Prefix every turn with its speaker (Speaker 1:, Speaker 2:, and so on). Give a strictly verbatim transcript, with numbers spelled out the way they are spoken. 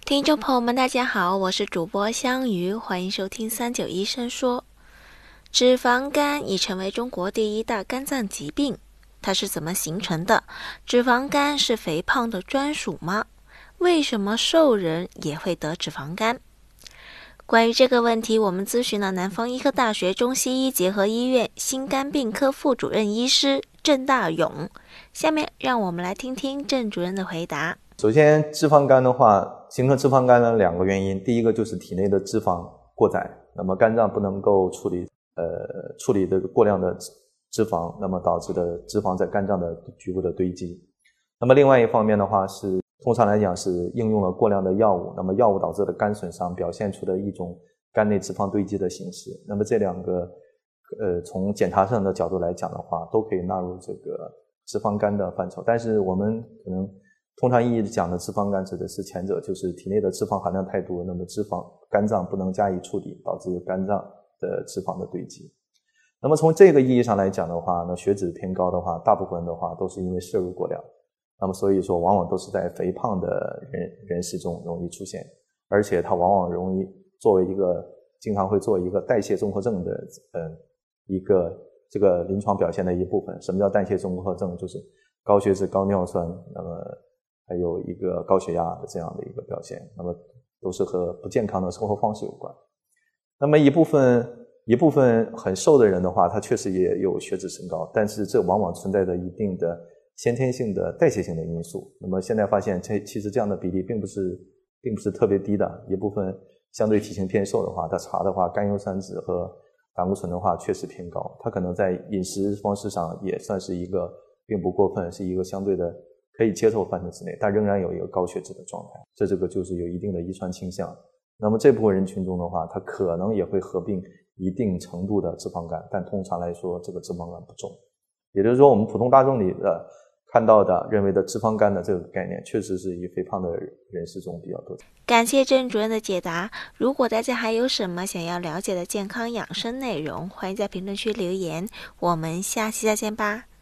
Speaker 1: 听众朋友们，大家好，我是主播香鱼，欢迎收听三九医生说。脂肪肝已成为中国第一大肝脏疾病，它是怎么形成的？脂肪肝是肥胖的专属吗？为什么瘦人也会得脂肪肝？关于这个问题，我们咨询了南方医科大学中西医结合医院心肝病科副主任医师郑大勇。下面让我们来听听郑主任的回答。
Speaker 2: 首先，脂肪肝的话，形成脂肪肝的两个原因，第一个就是体内的脂肪过载，那么肝脏不能够处理呃处理这个过量的脂肪，那么导致的脂肪在肝脏的局部的堆积。那么另外一方面的话是，通常来讲是应用了过量的药物，那么药物导致的肝损伤表现出的一种肝内脂肪堆积的形式。那么这两个呃从检查上的角度来讲的话，都可以纳入这个脂肪肝的范畴，但是我们可能通常意义讲的脂肪肝指的是前者，就是体内的脂肪含量太多，那么脂肪肝脏不能加以处理，导致肝脏的脂肪的堆积。那么从这个意义上来讲的话，那血脂偏高的话，大部分的话都是因为摄入过量，那么所以说往往都是在肥胖的人人士中容易出现，而且它往往容易作为一个经常会做一个代谢综合症的呃一个这个临床表现的一部分。什么叫代谢综合症？就是高血脂、高尿酸，那么还有一个高血压的这样的一个表现，那么都是和不健康的生活方式有关。那么一部分一部分很瘦的人的话，他确实也有血脂升高，但是这往往存在着一定的先天性的代谢性的因素。那么现在发现这其实这样的比例并不是并不是特别低的，一部分相对体型偏瘦的话，他查的话甘油三酯和胆固醇的话确实偏高，他可能在饮食方式上也算是一个并不过分，是一个相对的可以接受范畴之内，但仍然有一个高血脂的状态，这这个就是有一定的遗传倾向。那么这部分人群中的话，它可能也会合并一定程度的脂肪肝，但通常来说这个脂肪肝不重。也就是说，我们普通大众里的看到的认为的脂肪肝的这个概念，确实是以肥胖的人士中比较多。
Speaker 1: 感谢郑主任的解答。如果大家还有什么想要了解的健康养生内容，欢迎在评论区留言。我们下期再见吧。